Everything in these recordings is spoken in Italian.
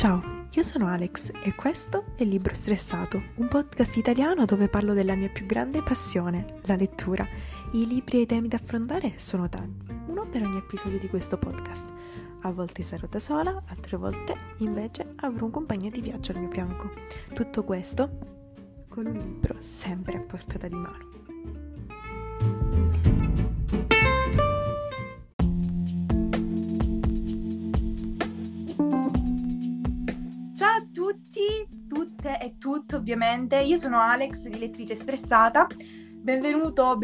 Ciao, io sono Alex e questo è Libro Stressato, un podcast italiano dove parlo della mia più grande passione, la lettura. I libri e i temi da affrontare sono tanti, uno per ogni episodio di questo podcast. A volte sarò da sola, altre volte invece avrò un compagno di viaggio al mio fianco. Tutto questo con un libro sempre a portata di mano. Ciao a tutti, tutte e tutte ovviamente, io sono Alex di Lettrice Stressata, benvenuta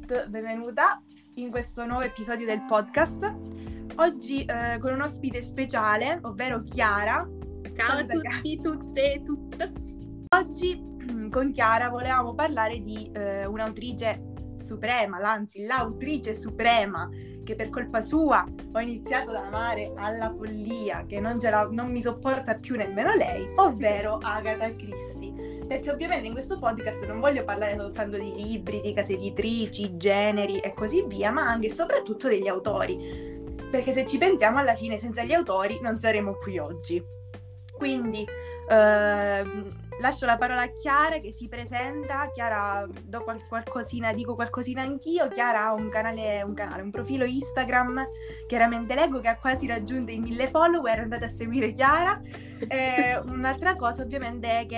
in questo nuovo episodio del podcast. Oggi con un ospite speciale, ovvero Chiara. Ciao a tutti, tutte e tutte. Oggi con Chiara volevamo parlare di un'autrice suprema, anzi l'autrice suprema, che per colpa sua ho iniziato ad amare alla follia, che non mi sopporta più nemmeno lei, ovvero Agatha Christie. Perché ovviamente in questo podcast non voglio parlare soltanto di libri, di case editrici, generi e così via, ma anche e soprattutto degli autori. Perché se ci pensiamo, alla fine senza gli autori non saremo qui oggi. Quindi lascio la parola a Chiara che si presenta. Chiara, do qualcosina, dico qualcosina anch'io. Chiara ha un profilo Instagram, chiaramente leggo, che ha quasi raggiunto i 1000 follower, andate a seguire Chiara. Un'altra cosa ovviamente è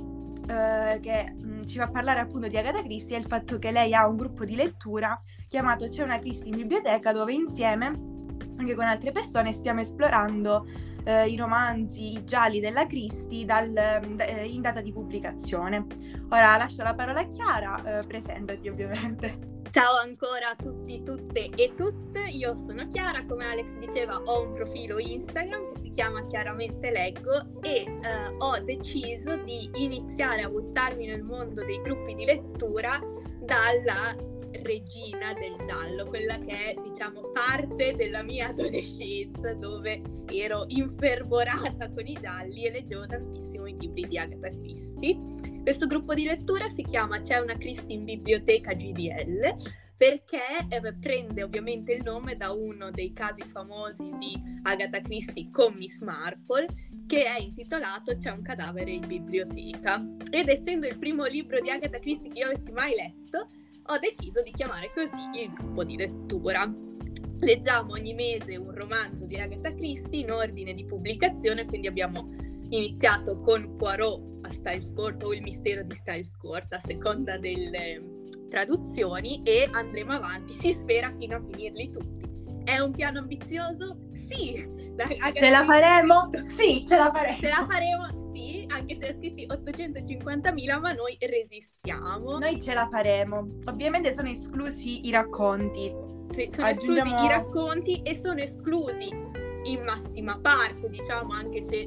che ci fa parlare appunto di Agatha Christie è il fatto che lei ha un gruppo di lettura chiamato C'è una Christie in biblioteca, dove insieme anche con altre persone stiamo esplorando i romanzi, i gialli della Christie in data di pubblicazione. Ora lascio la parola a Chiara, presentati ovviamente. Ciao ancora a tutti, tutte e tutte, io sono Chiara, come Alex diceva ho un profilo Instagram che si chiama Chiaramente Leggo e ho deciso di iniziare a buttarmi nel mondo dei gruppi di lettura dalla regina del giallo, quella che è, diciamo, parte della mia adolescenza, dove ero infervorata con i gialli e leggevo tantissimo i libri di Agatha Christie. Questo gruppo di lettura si chiama C'è una Christie in biblioteca GDL, perché prende ovviamente il nome da uno dei casi famosi di Agatha Christie con Miss Marple, che è intitolato C'è un cadavere in biblioteca. Ed essendo il primo libro di Agatha Christie che io avessi mai letto, ho deciso di chiamare così il gruppo di lettura. Leggiamo ogni mese un romanzo di Agatha Christie in ordine di pubblicazione, quindi abbiamo iniziato con Poirot a Styles Court o Il mistero di Styles Court a seconda delle traduzioni, e andremo avanti, si spera, fino a finirli tutti. È un piano ambizioso? Sì! Ce la faremo? Sì, ce la faremo! Ce la faremo, sì, anche se è scritti 850.000, ma noi resistiamo. Noi ce la faremo. Ovviamente sono esclusi i racconti. Sì, sono esclusi i racconti e sono esclusi in massima parte, diciamo, anche se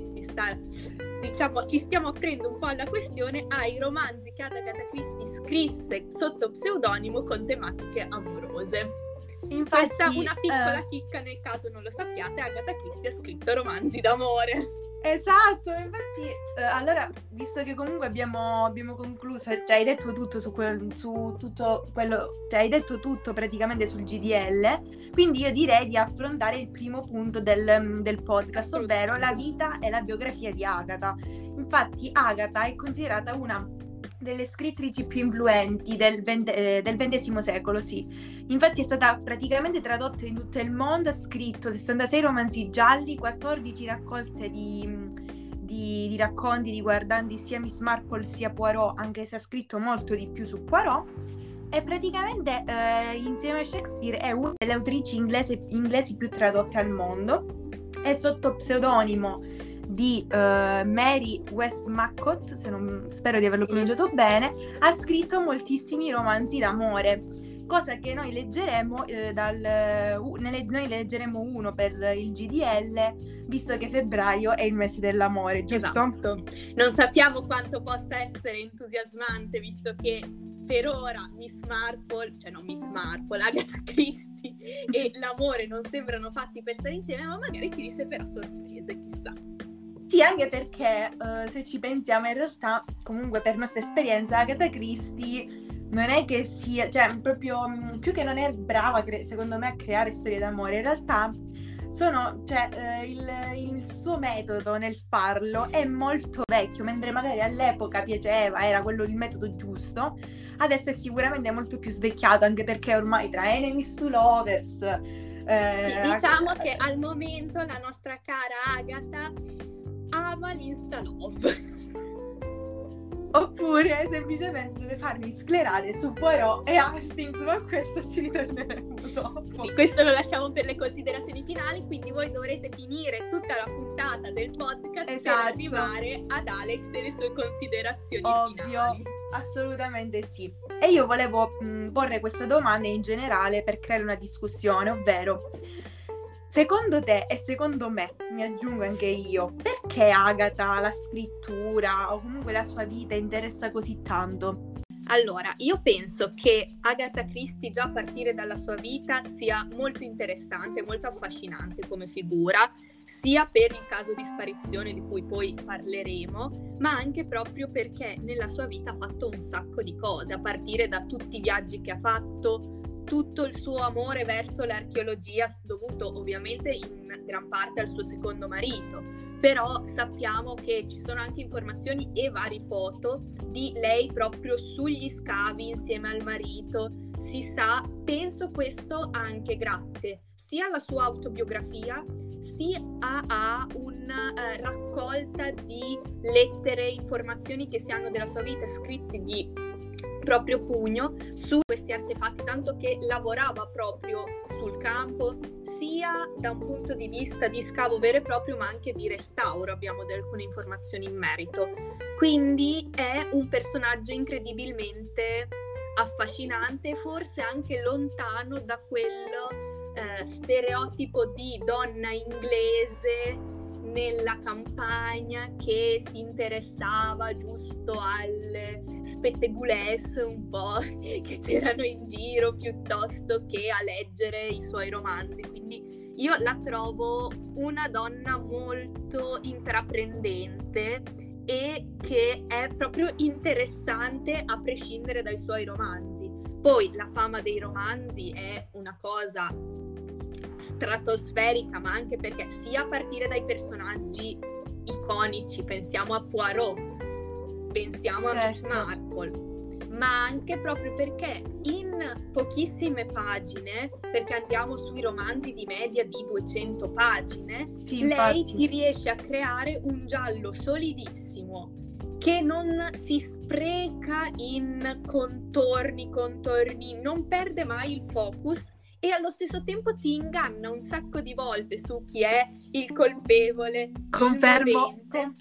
ci stiamo aprendo un po' alla questione, ai romanzi che Agatha Christie scrisse sotto pseudonimo con tematiche amorose. Infatti, questa una piccola chicca, nel caso non lo sappiate, Agatha Christie ha scritto romanzi d'amore. Esatto, infatti, allora, visto che comunque abbiamo concluso, cioè hai detto tutto su tutto quello, cioè hai detto tutto praticamente sul GDL, quindi io direi di affrontare il primo punto del podcast, ovvero la vita e la biografia di Agatha. Infatti Agatha è considerata una delle scrittrici più influenti del XX secolo, sì. Infatti è stata praticamente tradotta in tutto il mondo, ha scritto 66 romanzi gialli, 14 raccolte di racconti riguardanti sia Miss Marple sia Poirot, anche se ha scritto molto di più su Poirot, e praticamente insieme a Shakespeare è una delle autrici inglesi più tradotte al mondo. È sotto pseudonimo di Mary Westmacott, spero di averlo pronunciato bene, ha scritto moltissimi romanzi d'amore, cosa che noi leggeremo noi leggeremo uno per il GDL, visto che febbraio è il mese dell'amore, giusto? Esatto. Non sappiamo quanto possa essere entusiasmante, visto che per ora Agatha Christie e l'amore non sembrano fatti per stare insieme, ma magari ci riserverà sorprese, chissà. Sì, anche perché se ci pensiamo, in realtà, comunque per nostra esperienza, Agatha Christie non è che sia, cioè proprio più che non è brava, secondo me, a creare storie d'amore, in realtà il suo metodo nel farlo è molto vecchio, mentre magari all'epoca piaceva, era quello il metodo giusto. Adesso è sicuramente molto più svecchiato, anche perché ormai tra Enemies to Lovers... diciamo che al momento la nostra cara Agatha ama l'Insta Love. Oppure semplicemente deve farmi sclerare su Poirot e Hastings, ma a questo ci ritorneremo dopo. Sì, questo lo lasciamo per le considerazioni finali, quindi voi dovrete finire tutta la puntata del podcast per arrivare ad Alex e le sue considerazioni finali. Assolutamente sì. E io volevo porre questa domanda in generale per creare una discussione, ovvero: secondo te e secondo me, mi aggiungo anche io, perché Agatha la scrittura o comunque la sua vita interessa così tanto? Allora, io penso che Agatha Christie già a partire dalla sua vita sia molto interessante, molto affascinante come figura, sia per il caso di sparizione di cui poi parleremo, ma anche proprio perché nella sua vita ha fatto un sacco di cose, a partire da tutti i viaggi che ha fatto, tutto il suo amore verso l'archeologia, dovuto ovviamente in gran parte al suo secondo marito. Però sappiamo che ci sono anche informazioni e varie foto di lei proprio sugli scavi insieme al marito. Si sa, penso questo anche grazie sia alla sua autobiografia, sia a una raccolta di lettere, informazioni che si hanno della sua vita, scritti di proprio pugno su questi artefatti, tanto che lavorava proprio sul campo sia da un punto di vista di scavo vero e proprio, ma anche di restauro. Abbiamo alcune informazioni in merito, quindi è un personaggio incredibilmente affascinante, forse anche lontano da quello stereotipo di donna inglese nella campagna che si interessava giusto alle spettegulesse un po' che c'erano in giro, piuttosto che a leggere i suoi romanzi. Quindi io la trovo una donna molto intraprendente e che è proprio interessante a prescindere dai suoi romanzi. Poi la fama dei romanzi è una cosa stratosferica, ma anche perché sia a partire dai personaggi iconici, pensiamo a Poirot, pensiamo a Miss Marple, ma anche proprio perché in pochissime pagine, perché andiamo sui romanzi di media di 200 pagine, lei ti riesce a creare un giallo solidissimo che non si spreca in contorni, non perde mai il focus e allo stesso tempo ti inganna un sacco di volte su chi è il colpevole. Confermo.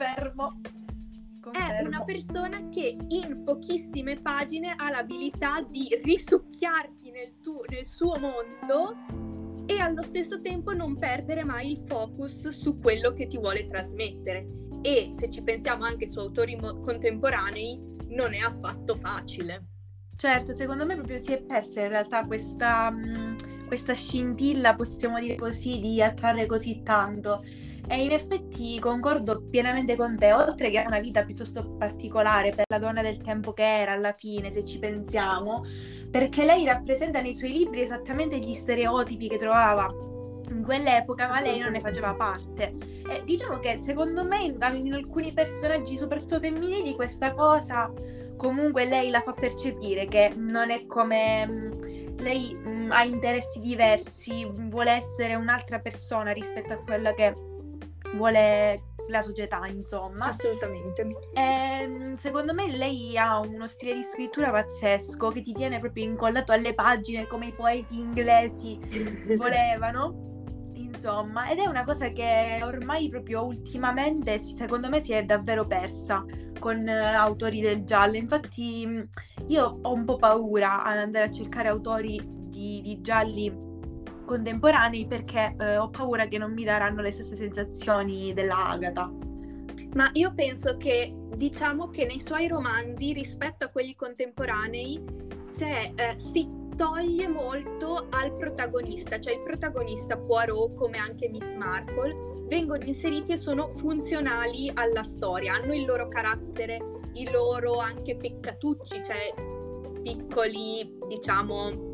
È una persona che in pochissime pagine ha l'abilità di risucchiarti nel suo mondo e allo stesso tempo non perdere mai il focus su quello che ti vuole trasmettere. E se ci pensiamo anche su autori contemporanei, non è affatto facile. Certo, secondo me proprio si è persa in realtà questa scintilla, possiamo dire così, di attrarre così tanto. E in effetti concordo pienamente con te, oltre che ha una vita piuttosto particolare per la donna del tempo che era alla fine, se ci pensiamo, perché lei rappresenta nei suoi libri esattamente gli stereotipi che trovava in quell'epoca, ma lei non ne faceva parte. E diciamo che secondo me in alcuni personaggi, soprattutto femminili, questa cosa comunque lei la fa percepire, che non è come lei ha interessi diversi, vuole essere un'altra persona rispetto a quella che vuole la società, insomma. Assolutamente. Secondo me lei ha uno stile di scrittura pazzesco che ti tiene proprio incollato alle pagine come i poeti inglesi volevano. Insomma, ed è una cosa che ormai proprio ultimamente secondo me si è davvero persa con autori del giallo. Infatti io ho un po' paura ad andare a cercare autori di gialli contemporanei perché ho paura che non mi daranno le stesse sensazioni della Agatha. Ma io penso che, diciamo che nei suoi romanzi rispetto a quelli contemporanei si toglie molto al protagonista, cioè il protagonista Poirot come anche Miss Marple vengono inseriti e sono funzionali alla storia, hanno il loro carattere, i loro anche peccatucci, cioè piccoli, diciamo,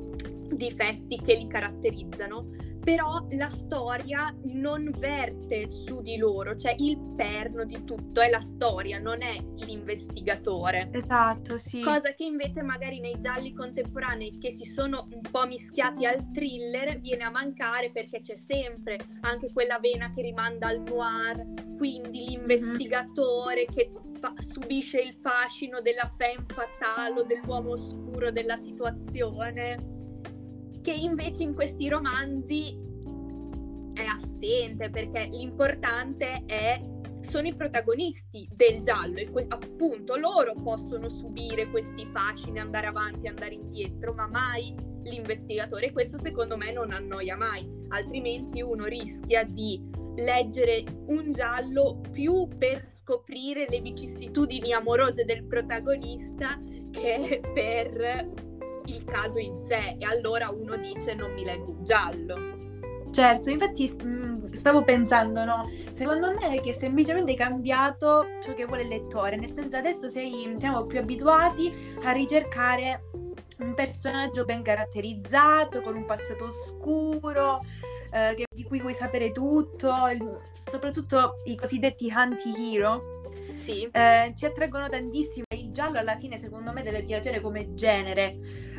difetti che li caratterizzano, però la storia non verte su di loro, cioè il perno di tutto è la storia, non è l'investigatore. Esatto, sì. Cosa che invece magari nei gialli contemporanei, che si sono un po' mischiati al thriller, viene a mancare, perché c'è sempre anche quella vena che rimanda al noir, quindi l'investigatore che subisce il fascino della femme fatale o dell'uomo oscuro della situazione, che invece in questi romanzi è assente, perché l'importante sono i protagonisti del giallo e appunto loro possono subire questi fascini, andare avanti, andare indietro, ma mai l'investigatore. E questo secondo me non annoia mai, altrimenti uno rischia di leggere un giallo più per scoprire le vicissitudini amorose del protagonista che per il caso in sé, e allora uno dice non mi leggo un giallo. Certo, infatti stavo pensando, no? Secondo me è che semplicemente è cambiato ciò che vuole il lettore, nel senso adesso siamo più abituati a ricercare un personaggio ben caratterizzato, con un passato oscuro, di cui vuoi sapere tutto, soprattutto i cosiddetti anti-hero. Sì. Ci attraggono tantissimo, e il giallo alla fine secondo me deve piacere come genere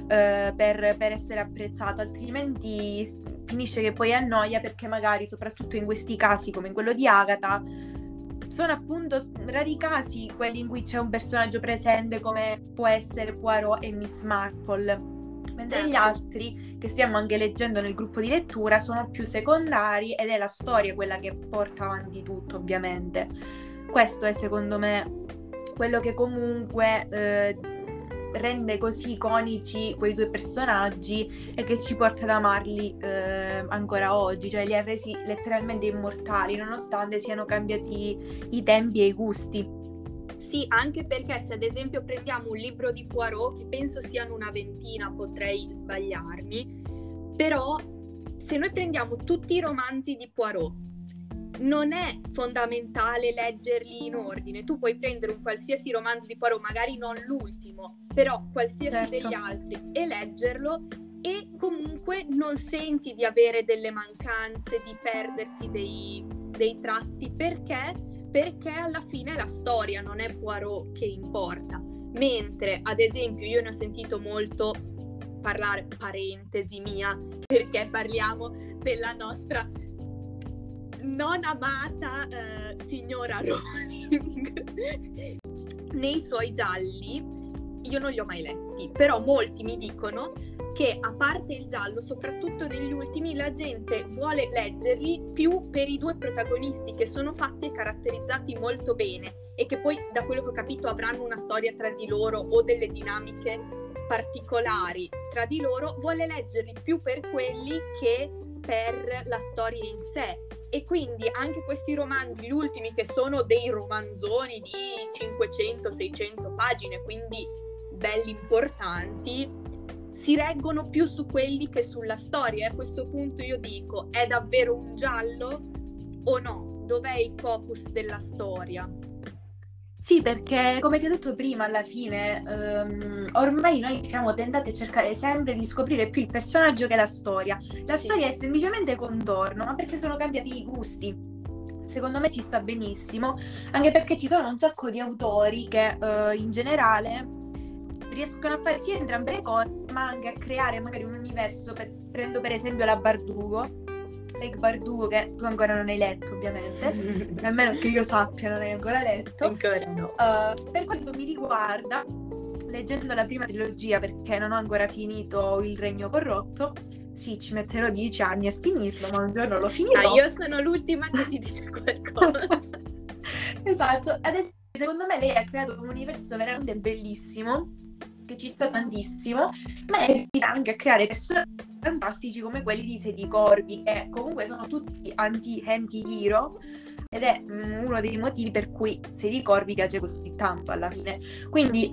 per essere apprezzato, altrimenti finisce che poi annoia, perché magari soprattutto in questi casi come in quello di Agatha sono appunto rari casi quelli in cui c'è un personaggio presente come può essere Poirot e Miss Marple, mentre gli altri che stiamo anche leggendo nel gruppo di lettura sono più secondari ed è la storia quella che porta avanti tutto, ovviamente. Questo è secondo me quello che comunque rende così iconici quei due personaggi e che ci porta ad amarli ancora oggi, cioè li ha resi letteralmente immortali nonostante siano cambiati i tempi e i gusti. Sì, anche perché se ad esempio prendiamo un libro di Poirot, che penso siano una ventina, potrei sbagliarmi, però se noi prendiamo tutti i romanzi di Poirot, non è fondamentale leggerli in ordine. Tu puoi prendere un qualsiasi romanzo di Poirot, magari non l'ultimo, però qualsiasi degli altri, e leggerlo, e comunque non senti di avere delle mancanze, di perderti dei tratti, perché alla fine è la storia, non è Poirot che importa. Mentre ad esempio io ne ho sentito molto parlare, parentesi mia, perché parliamo della nostra non amata signora Rowling. Nei suoi gialli io non li ho mai letti, però molti mi dicono che a parte il giallo, soprattutto negli ultimi, la gente vuole leggerli più per i due protagonisti, che sono fatti e caratterizzati molto bene e che poi, da quello che ho capito, avranno una storia tra di loro o delle dinamiche particolari tra di loro. Vuole leggerli più per quelli che per la storia in sé. E quindi anche questi romanzi, gli ultimi, che sono dei romanzoni di 500-600 pagine, quindi belli importanti, si reggono più su quelli che sulla storia. E a questo punto io dico, è davvero un giallo o no? Dov'è il focus della storia? Sì, perché come ti ho detto prima, alla fine ormai noi siamo tentati a cercare sempre di scoprire più il personaggio che la storia. La storia è semplicemente contorno, ma perché sono cambiati i gusti. Secondo me ci sta benissimo, anche perché ci sono un sacco di autori che in generale riescono a fare sia entrambe le cose, ma anche a creare magari un universo. Prendo per esempio la Bardugo, Lake Bardugo, che tu ancora non hai letto ovviamente, almeno che io sappia non hai ancora letto. Ancora no. Per quanto mi riguarda, leggendo la prima trilogia, perché non ho ancora finito Il Regno Corrotto, sì, ci metterò 10 anni a finirlo, ma un giorno lo finirò. Io sono l'ultima che ti dice qualcosa. Esatto, adesso secondo me lei ha creato un universo veramente bellissimo, che ci sta tantissimo, ma è riuscita anche a creare personaggi fantastici come quelli di Sadie Corby, che comunque sono tutti anti-hero, ed è uno dei motivi per cui Sadie Corby piace così tanto alla fine. Quindi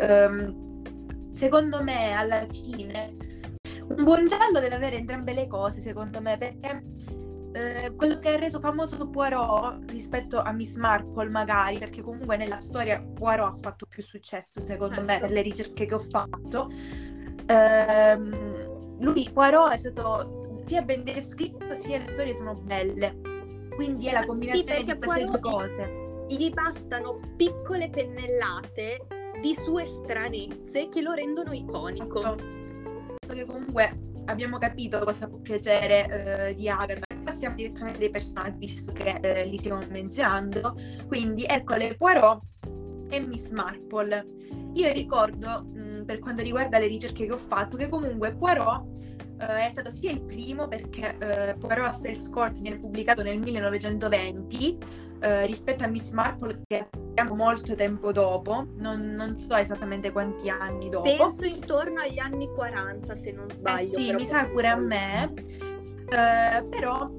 secondo me alla fine un buon giallo deve avere entrambe le cose, secondo me, perché quello che ha reso famoso Poirot rispetto a Miss Marple, magari, perché comunque nella storia Poirot ha fatto più successo, secondo me, per le ricerche che ho fatto, Poirot è stato sia ben descritto, sia le storie sono belle, quindi è la combinazione di queste due cose. Gli bastano piccole pennellate di sue stranezze che lo rendono iconico. Che comunque abbiamo capito cosa può piacere di Agatha. Passiamo direttamente ai personaggi, visto che li stiamo menzionando. Quindi Hercule Poirot e Miss Marple. Io ricordo, per quanto riguarda le ricerche che ho fatto, che comunque Poirot è stato sia il primo, perché Poirot a Sales Court viene pubblicato nel 1920, rispetto a Miss Marple che abbiamo molto tempo dopo, non so esattamente quanti anni dopo. Penso intorno agli anni 40, se non sbaglio. Sì, mi sa pure a me. Però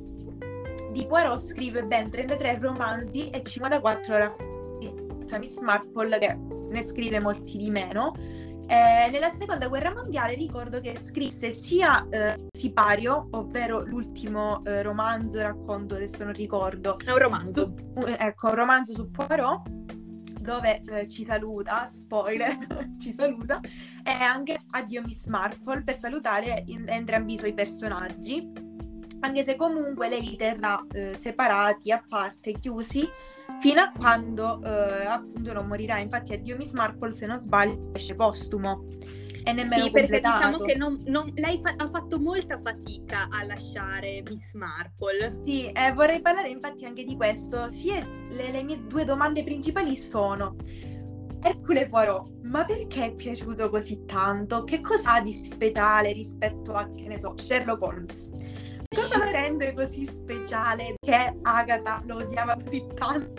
di Poirot scrive ben 33 romanzi e 54 racconti, cioè Miss Marple che ne scrive molti di meno. Nella seconda guerra mondiale ricordo che scrisse sia Sipario, ovvero l'ultimo romanzo, racconto, adesso non ricordo. È un romanzo. Ecco, un romanzo su Poirot, dove ci saluta, spoiler, ci saluta, e anche Addio Miss Marple, per salutare entrambi i suoi personaggi, anche se comunque lei li terrà separati, a parte, chiusi, fino a quando appunto non morirà. Infatti Addio Miss Marple, se non sbaglio, esce postumo e nemmeno sì, perché completato. diciamo che lei ha fatto molta fatica a lasciare Miss Marple. Sì, vorrei parlare infatti anche di questo. Le mie due domande principali sono: Hercule Poirot, ma perché è piaciuto così tanto? Che cosa ha di speciale rispetto a, che ne so, Sherlock Holmes? Cosa lo rende così speciale che Agatha lo odiava così tanto?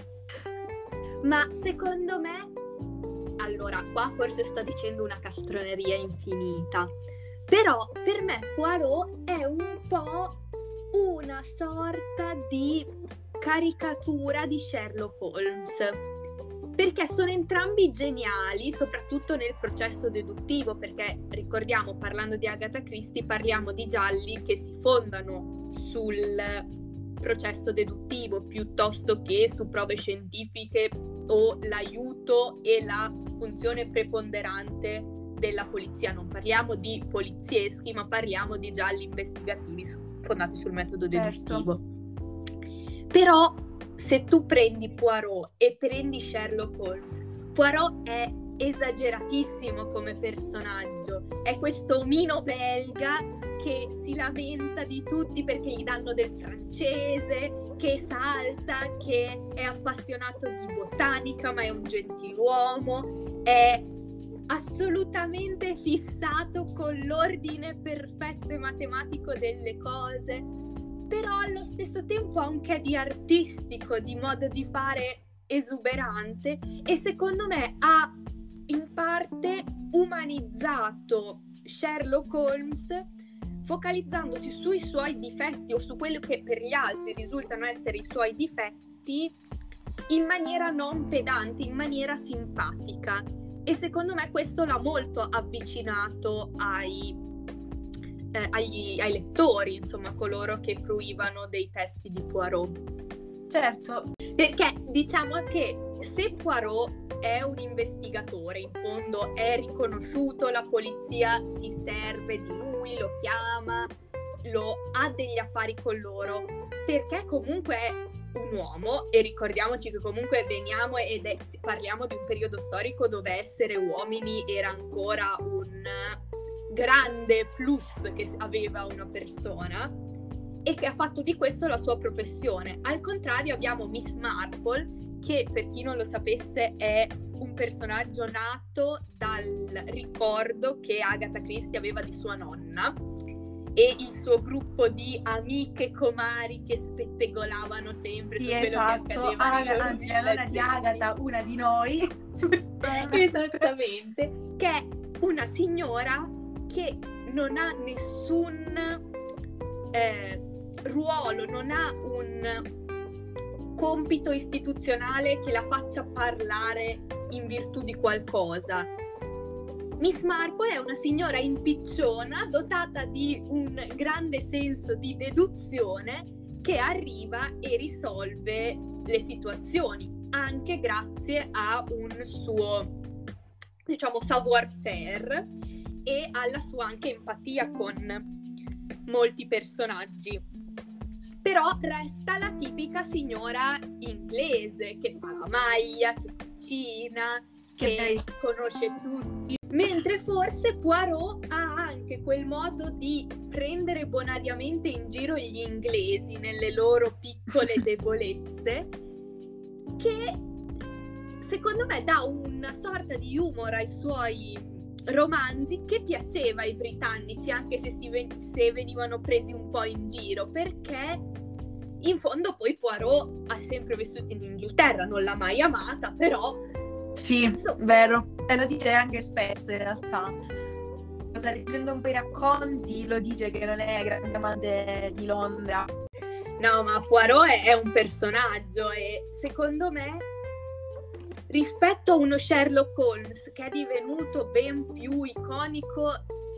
Ma secondo me, allora, qua forse sto dicendo una castroneria infinita, però per me Poirot è un po' una sorta di caricatura di Sherlock Holmes, perché sono entrambi geniali, soprattutto nel processo deduttivo, perché ricordiamo, parlando di Agatha Christie, parliamo di gialli che si fondano sul processo deduttivo piuttosto che su prove scientifiche o l'aiuto e la funzione preponderante della polizia. Non parliamo di polizieschi, ma parliamo di gialli investigativi fondati sul metodo deduttivo. Però se tu prendi Poirot e prendi Sherlock Holmes, Poirot è esageratissimo come personaggio, è questo omino belga che si lamenta di tutti perché gli danno del francese, che salta, che è appassionato di botanica ma è un gentiluomo, è assolutamente fissato con l'ordine perfetto e matematico delle cose, però allo stesso tempo ha un che di artistico, di modo di fare esuberante, e secondo me ha in parte umanizzato Sherlock Holmes focalizzandosi sui suoi difetti o su quello che per gli altri risultano essere i suoi difetti in maniera non pedante, in maniera simpatica, e secondo me questo l'ha molto avvicinato ai lettori, insomma, coloro che fruivano dei testi di Poirot. Certo. Perché diciamo che se Poirot è un investigatore, in fondo è riconosciuto, la polizia si serve di lui, lo chiama, ha degli affari con loro, perché comunque è un uomo, e ricordiamoci che comunque parliamo di un periodo storico dove essere uomini era ancora un grande plus che aveva una persona, e che ha fatto di questo la sua professione. Al contrario abbiamo Miss Marple, che per chi non lo sapesse è un personaggio nato dal ricordo che Agatha Christie aveva di sua nonna e il suo gruppo di amiche comari che spettegolavano sempre su quello che accadeva. Anzi, la nonna di Agatha, una di noi. Esattamente, che è una signora che non ha nessun ruolo, non ha un compito istituzionale che la faccia parlare in virtù di qualcosa. Miss Marple è una signora impicciona, dotata di un grande senso di deduzione, che arriva e risolve le situazioni, anche grazie a un suo, diciamo, savoir-faire. e alla sua anche empatia con molti personaggi. Però resta la tipica signora inglese che fa la maglia, che cucina, che conosce tutti. Mentre forse Poirot ha anche quel modo di prendere bonariamente in giro gli inglesi nelle loro piccole debolezze, che secondo me dà una sorta di humor ai suoi romanzi che piaceva ai britannici, anche se venivano presi un po' in giro, perché in fondo poi Poirot ha sempre vissuto in Inghilterra, non l'ha mai amata, però sì, vero, e lo dice anche spesso in realtà. Leggendo un po' i racconti lo dice che non è grande amante di Londra. No, ma Poirot è un personaggio e secondo me rispetto a uno Sherlock Holmes che è divenuto ben più iconico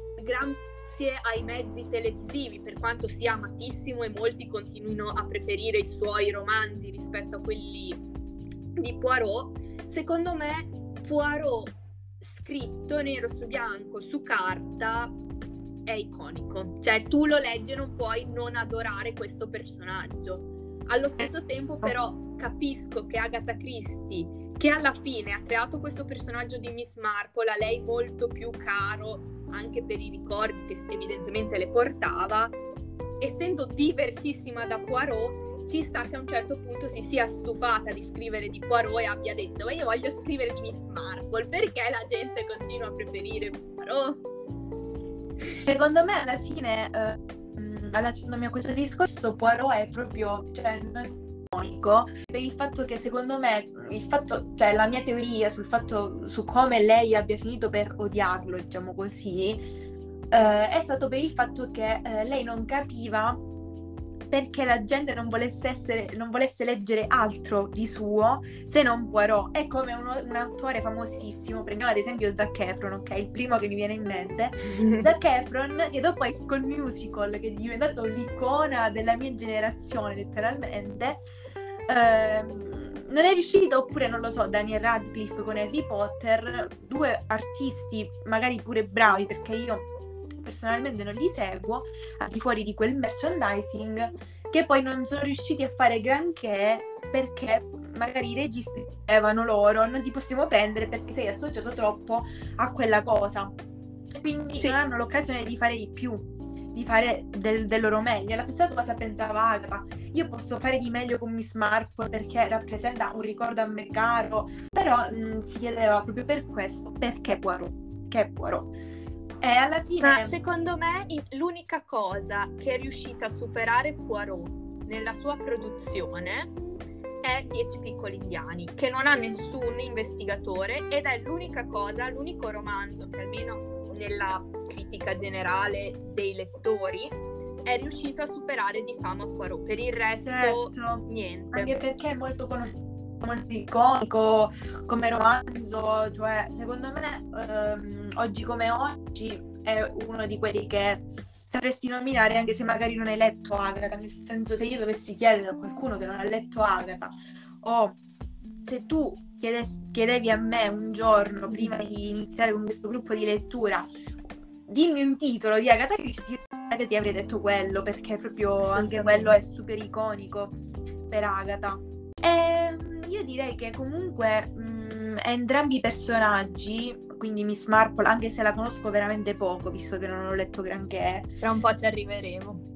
grazie ai mezzi televisivi, per quanto sia amatissimo e molti continuino a preferire i suoi romanzi rispetto a quelli di Poirot, secondo me Poirot scritto nero su bianco su carta è iconico, cioè tu lo leggi e non puoi non adorare questo personaggio. Allo stesso tempo però capisco che Agatha Christie, che alla fine ha creato questo personaggio di Miss Marple, a lei molto più caro anche per i ricordi che evidentemente le portava, essendo diversissima da Poirot, ci sta che a un certo punto si sia stufata di scrivere di Poirot e abbia detto: ma io voglio scrivere di Miss Marple, perché la gente continua a preferire Poirot? Secondo me alla fine, allacciandomi a questo discorso, Poirot è proprio, cioè, non è iconico, per il fatto che secondo me, cioè la mia teoria su come lei abbia finito per odiarlo, diciamo così, è stato per il fatto che lei non capiva perché la gente non volesse leggere altro di suo se non Poirot. È come un autore famosissimo, prendiamo ad esempio Zac Efron, ok? Il primo che mi viene in mente. Zac Efron, che dopo High School Musical, che è diventato l'icona della mia generazione letteralmente, non è riuscito, oppure non lo so, Daniel Radcliffe con Harry Potter, due artisti magari pure bravi, perché io personalmente non li seguo, al di fuori di quel merchandising, che poi non sono riusciti a fare granché perché magari i registi dicevano loro: non ti possiamo prendere perché sei associato troppo a quella cosa, quindi non hanno l'occasione di fare di più, di fare del loro meglio. La stessa cosa pensava Agatha: io posso fare di meglio con Miss Marple perché rappresenta un ricordo a me caro, però si chiedeva proprio per questo, perché Poirot? Che è Poirot? E alla fine... Ma secondo me l'unica cosa che è riuscita a superare Poirot nella sua produzione è 10 piccoli indiani, che non ha nessun investigatore ed è l'unico romanzo che almeno nella critica generale dei lettori è riuscito a superare di fama Poirot. Per il resto niente. Anche perché è molto conosciuto, molto iconico come romanzo, cioè secondo me oggi come oggi è uno di quelli che sapresti nominare anche se magari non hai letto Agatha, nel senso, se io dovessi chiedere a qualcuno che non ha letto Agatha, o se tu chiedevi a me un giorno prima di iniziare con questo gruppo di lettura, dimmi un titolo di Agatha Christie, ti avrei detto quello, perché proprio anche quello è super iconico per Agatha. E io direi che comunque entrambi i personaggi, quindi Miss Marple, anche se la conosco veramente poco, visto che non ho letto granché, tra un po' ci arriveremo,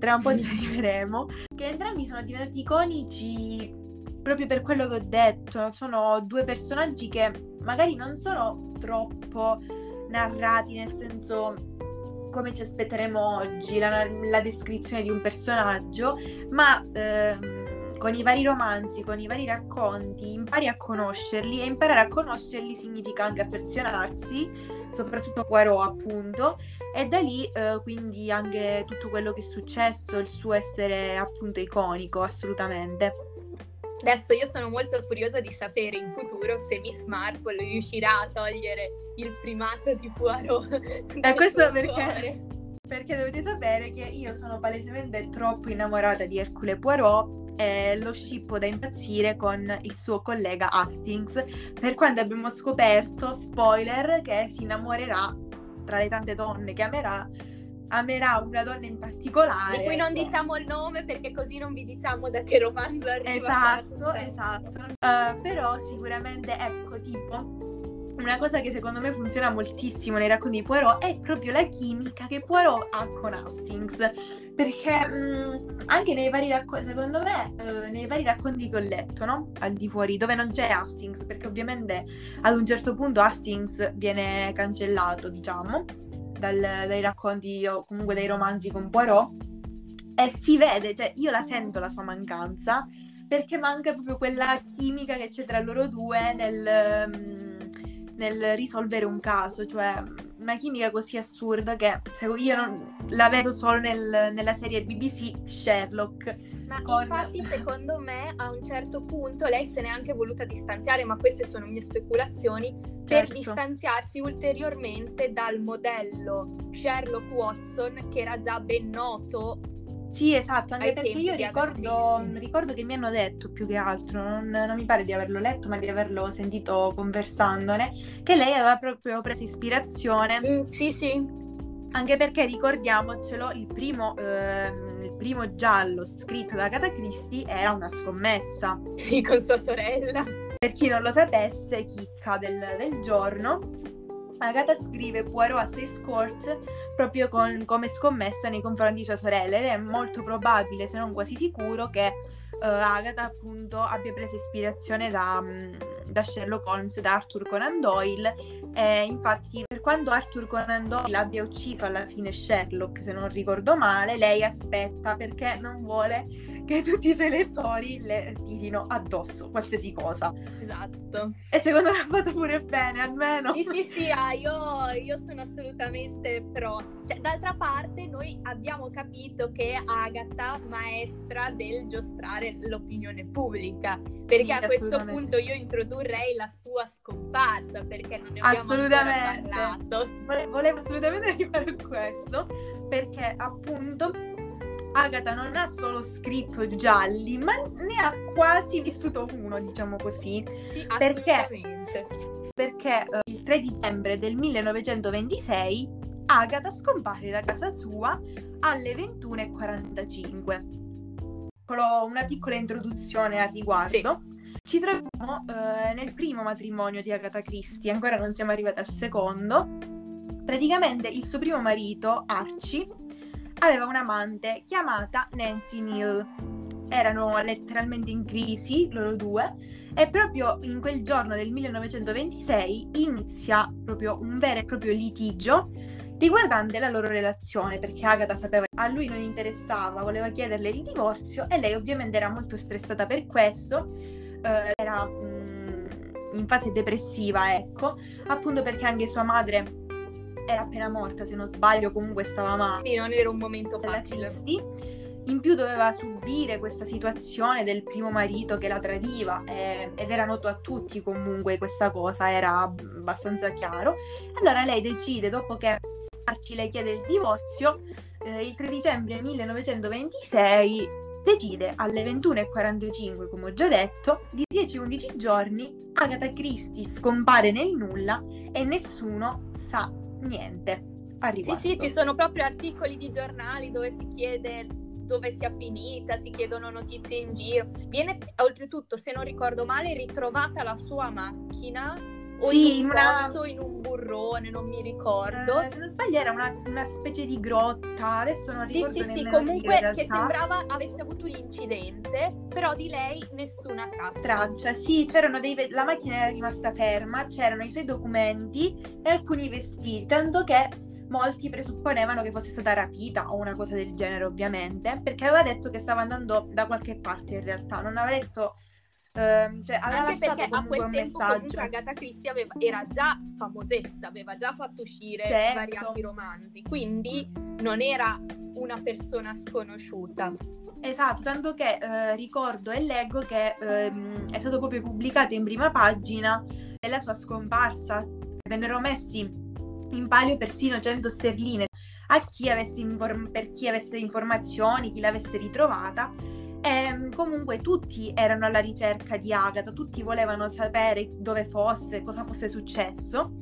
che entrambi sono diventati iconici proprio per quello che ho detto. Sono due personaggi che magari non sono troppo narrati, nel senso come ci aspetteremo oggi, la descrizione di un personaggio, ma con i vari romanzi, con i vari racconti, impari a conoscerli, e imparare a conoscerli significa anche affezionarsi, soprattutto Poirot appunto, e da lì quindi anche tutto quello che è successo, il suo essere appunto iconico, assolutamente. Adesso io sono molto curiosa di sapere in futuro se Miss Marple riuscirà a togliere il primato di Poirot. E questo perché dovete sapere che io sono palesemente troppo innamorata di Hercule Poirot e lo scippo da impazzire con il suo collega Hastings, per quando abbiamo scoperto, spoiler, che si innamorerà tra le tante donne che amerà una donna in particolare. Di cui non diciamo il nome perché così non vi diciamo da che romanzo arriva. Esatto. Però sicuramente, ecco, tipo, una cosa che secondo me funziona moltissimo nei racconti di Poirot è proprio la chimica che Poirot ha con Hastings, perché anche nei vari racconti, secondo me, nei vari racconti che ho letto, no? Al di fuori, dove non c'è Hastings, perché ovviamente ad un certo punto Hastings viene cancellato, diciamo, dai racconti o comunque dai romanzi con Poirot, e si vede, cioè io la sento la sua mancanza, perché manca proprio quella chimica che c'è tra loro due nel risolvere un caso, cioè una chimica così assurda che io non la vedo solo nella serie BBC Sherlock. Ma infatti secondo me a un certo punto lei se n'è anche voluta distanziare, ma queste sono mie speculazioni, per distanziarsi ulteriormente dal modello Sherlock Watson che era già ben noto. Sì, esatto, anche perché io ricordo che mi hanno detto, più che altro, non mi pare di averlo letto, ma di averlo sentito conversandone, che lei aveva proprio preso ispirazione. Sì. Anche perché, ricordiamocelo, il primo giallo scritto da Agatha Christie era una scommessa. Sì, con sua sorella. Per chi non lo sapesse, chicca del giorno, Agatha scrive Poirot a Stays Court proprio come scommessa nei confronti di sua sorella, ed è molto probabile, se non quasi sicuro, che Agatha appunto abbia preso ispirazione da Sherlock Holmes, da Arthur Conan Doyle. Infatti, per quanto Arthur Conan Doyle abbia ucciso alla fine Sherlock, se non ricordo male, lei aspetta perché non vuole che tutti i suoi lettori le tirino addosso qualsiasi cosa. Esatto. E secondo me ha fatto pure bene, almeno. Sì, io sono assolutamente pro. Cioè, d'altra parte noi abbiamo capito che Agatha maestra del giostrare l'opinione pubblica, perché sì, a questo punto io introdurrei la sua scomparsa, perché non ne abbiamo ancora parlato. Volevo assolutamente arrivare a questo, perché appunto Agatha non ha solo scritto gialli, ma ne ha quasi vissuto uno, diciamo così. Sì, assolutamente. Perché il 3 dicembre del 1926 Agatha scompare da casa sua alle 21:45. Una piccola introduzione al riguardo. Sì. Ci troviamo nel primo matrimonio di Agatha Christie, ancora non siamo arrivati al secondo. Praticamente il suo primo marito, Archie, aveva un'amante chiamata Nancy Neal. Erano letteralmente in crisi loro due, e proprio in quel giorno del 1926 inizia proprio un vero e proprio litigio riguardante la loro relazione, perché Agatha sapeva che a lui non interessava, voleva chiederle il divorzio, e lei ovviamente era molto stressata per questo, era in fase depressiva, ecco, appunto perché anche sua madre era appena morta, se non sbaglio, comunque stava male. Sì, non era un momento facile. In più doveva subire questa situazione del primo marito che la tradiva, ed era noto a tutti comunque questa cosa, era abbastanza chiaro. Allora lei decide, dopo che Archie le chiede il divorzio, il 3 dicembre 1926 decide alle 21:45, come ho già detto, di 10-11 giorni Agatha Christie scompare nel nulla e nessuno sa niente a riguardo. Sì, ci sono proprio articoli di giornali dove si chiede dove sia finita, si chiedono notizie in giro. Viene oltretutto, se non ricordo male, ritrovata la sua macchina o in un pozzo, in un burrone, non mi ricordo. Se non sbaglio era una specie di grotta, adesso non ricordo Sì, comunque che sembrava avesse avuto un incidente, però di lei nessuna traccia. Sì, la macchina era rimasta ferma, c'erano i suoi documenti e alcuni vestiti, tanto che molti presupponevano che fosse stata rapita o una cosa del genere, ovviamente, perché aveva detto che stava andando da qualche parte, in realtà non aveva detto, aveva anche perché a quel un tempo messaggio. Comunque Agatha Christie era già famosetta, aveva già fatto uscire svariati romanzi, quindi non era una persona sconosciuta. Esatto, tanto che ricordo e leggo che è stato proprio pubblicato in prima pagina della sua scomparsa. Vennero messi in palio persino 100 sterline a chi per chi avesse informazioni, chi l'avesse ritrovata. E comunque tutti erano alla ricerca di Agatha, tutti volevano sapere dove fosse, cosa fosse successo.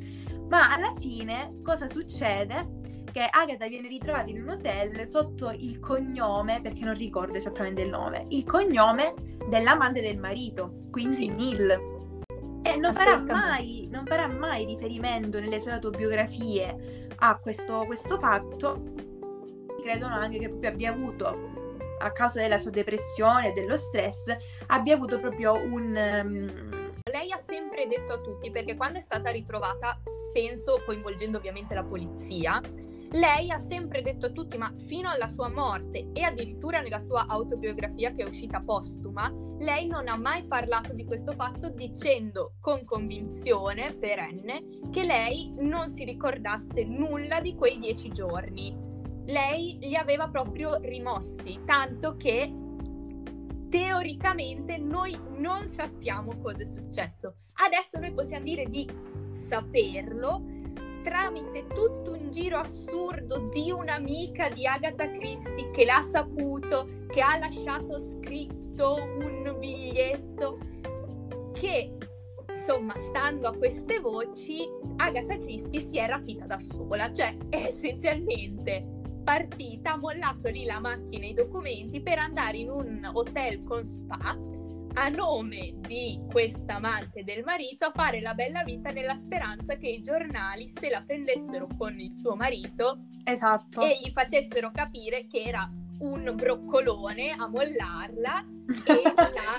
Ma alla fine cosa succede? Che Agatha viene ritrovata in un hotel sotto il cognome, perché non ricordo esattamente il nome, il cognome dell'amante del marito, quindi Sì. Neil. E non farà mai riferimento nelle sue autobiografie a questo fatto. Credono anche che proprio abbia avuto, a causa della sua depressione e dello stress, abbia avuto proprio Lei ha sempre detto a tutti, perché quando è stata ritrovata, penso coinvolgendo ovviamente la polizia, lei ha sempre detto a tutti, ma fino alla sua morte e addirittura nella sua autobiografia che è uscita postuma, lei non ha mai parlato di questo fatto, dicendo con convinzione perenne che lei non si ricordasse nulla di quei 10 giorni. Lei li aveva proprio rimossi, tanto che teoricamente noi non sappiamo cosa è successo. Adesso noi possiamo dire di saperlo tramite tutto un giro assurdo di un'amica di Agatha Christie che l'ha saputo, che ha lasciato scritto un biglietto, che insomma, stando a queste voci, Agatha Christie si è rapita da sola, cioè è essenzialmente partita, ha mollato lì la macchina e i documenti per andare in un hotel con spa a nome di questa amante del marito a fare la bella vita, nella speranza che i giornali se la prendessero con il suo marito, esatto, e gli facessero capire che era un broccolone a mollarla e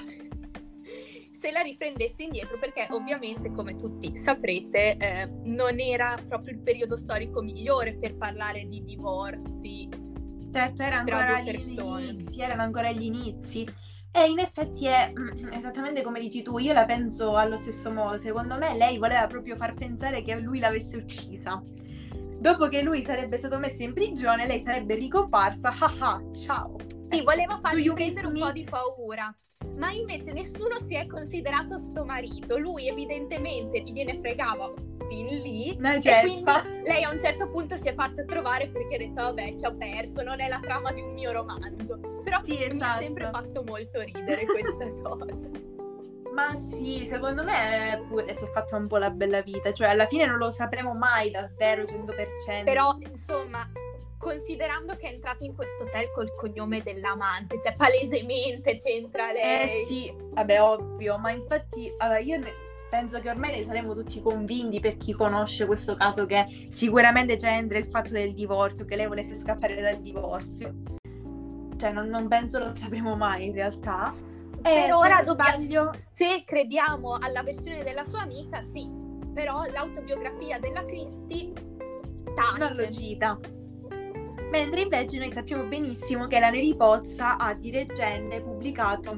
se la riprendesse indietro, perché ovviamente, come tutti saprete, non era proprio il periodo storico migliore per parlare di divorzi. Certo, erano ancora gli inizi. E in effetti è esattamente come dici tu, io la penso allo stesso modo. Secondo me lei voleva proprio far pensare che lui l'avesse uccisa. Dopo che lui sarebbe stato messo in prigione, lei sarebbe ricomparsa. Ciao. Sì, voleva fargli prendere un po' di paura. Ma invece nessuno si è considerato sto marito. Lui evidentemente gliene fregava fin lì. E quindi lei a un certo punto si è fatta trovare, perché ha detto vabbè, ci ho perso, non è la trama di un mio romanzo. Però sì, esatto. Mi ha sempre fatto molto ridere questa cosa. Ma sì, secondo me pure si è fatta un po' la bella vita. Cioè alla fine non lo sapremo mai davvero 100%. Però insomma, considerando che è entrato in questo hotel col cognome dell'amante, cioè palesemente c'entra lei. Sì, vabbè, ovvio, ma infatti allora, io penso che ormai ne saremo tutti convinti, per chi conosce questo caso, che sicuramente c'entra il fatto del divorzio, che lei volesse scappare dal divorzio. Cioè non penso lo sapremo mai in realtà. Per ora se crediamo alla versione della sua amica, sì, però l'autobiografia della Christie tace. Non lo cita. Mentre invece noi sappiamo benissimo che la Neri Pozza ha di recente pubblicato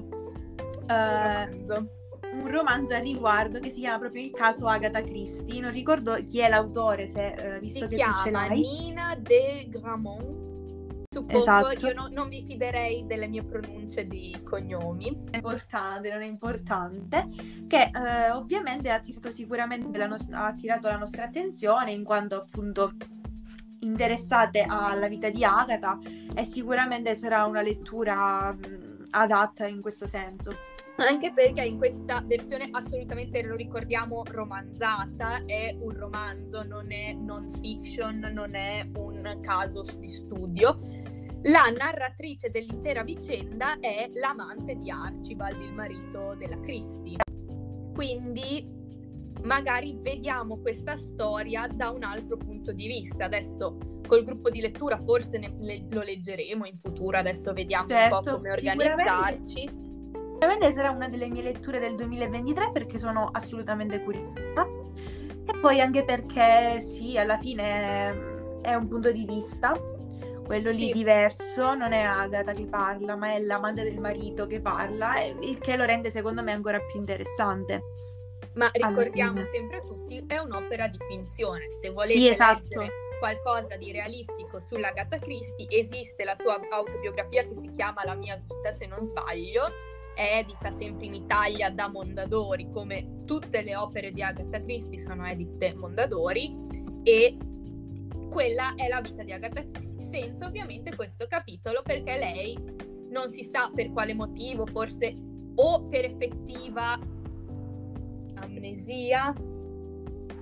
un romanzo al riguardo che si chiama proprio Il caso Agatha Christie. Non ricordo chi è l'autore, visto che tu ce l'hai. Nina de Gramont. Suppongo, esatto. Io non mi fiderei delle mie pronunce di cognomi. Non è importante. Che ovviamente ha attirato sicuramente la nostra attenzione, in quanto appunto interessate alla vita di Agatha, e sicuramente sarà una lettura adatta in questo senso. Anche perché in questa versione, assolutamente lo ricordiamo, romanzata, è un romanzo, non è non fiction, non è un caso di studio. La narratrice dell'intera vicenda è l'amante di Archibald, il marito della Christie. Quindi magari vediamo questa storia da un altro punto di vista. Adesso col gruppo di lettura forse lo leggeremo in futuro, adesso vediamo un po' come organizzarci. Sicuramente sarà una delle mie letture del 2023, perché sono assolutamente curiosa, e poi anche perché sì, alla fine è un punto di vista, quello lì diverso, non è Agatha che parla, ma è l'amante del marito che parla, il che lo rende secondo me ancora più interessante. Ma ricordiamo sempre a tutti, è un'opera di finzione. Se volete leggere qualcosa di realistico sulla Agatha Christie, esiste la sua autobiografia che si chiama La mia vita, se non sbaglio, è edita sempre in Italia da Mondadori, come tutte le opere di Agatha Christie sono edite Mondadori, e quella è la vita di Agatha Christie, senza ovviamente questo capitolo, perché lei non si sa per quale motivo, forse o per effettiva amnesia,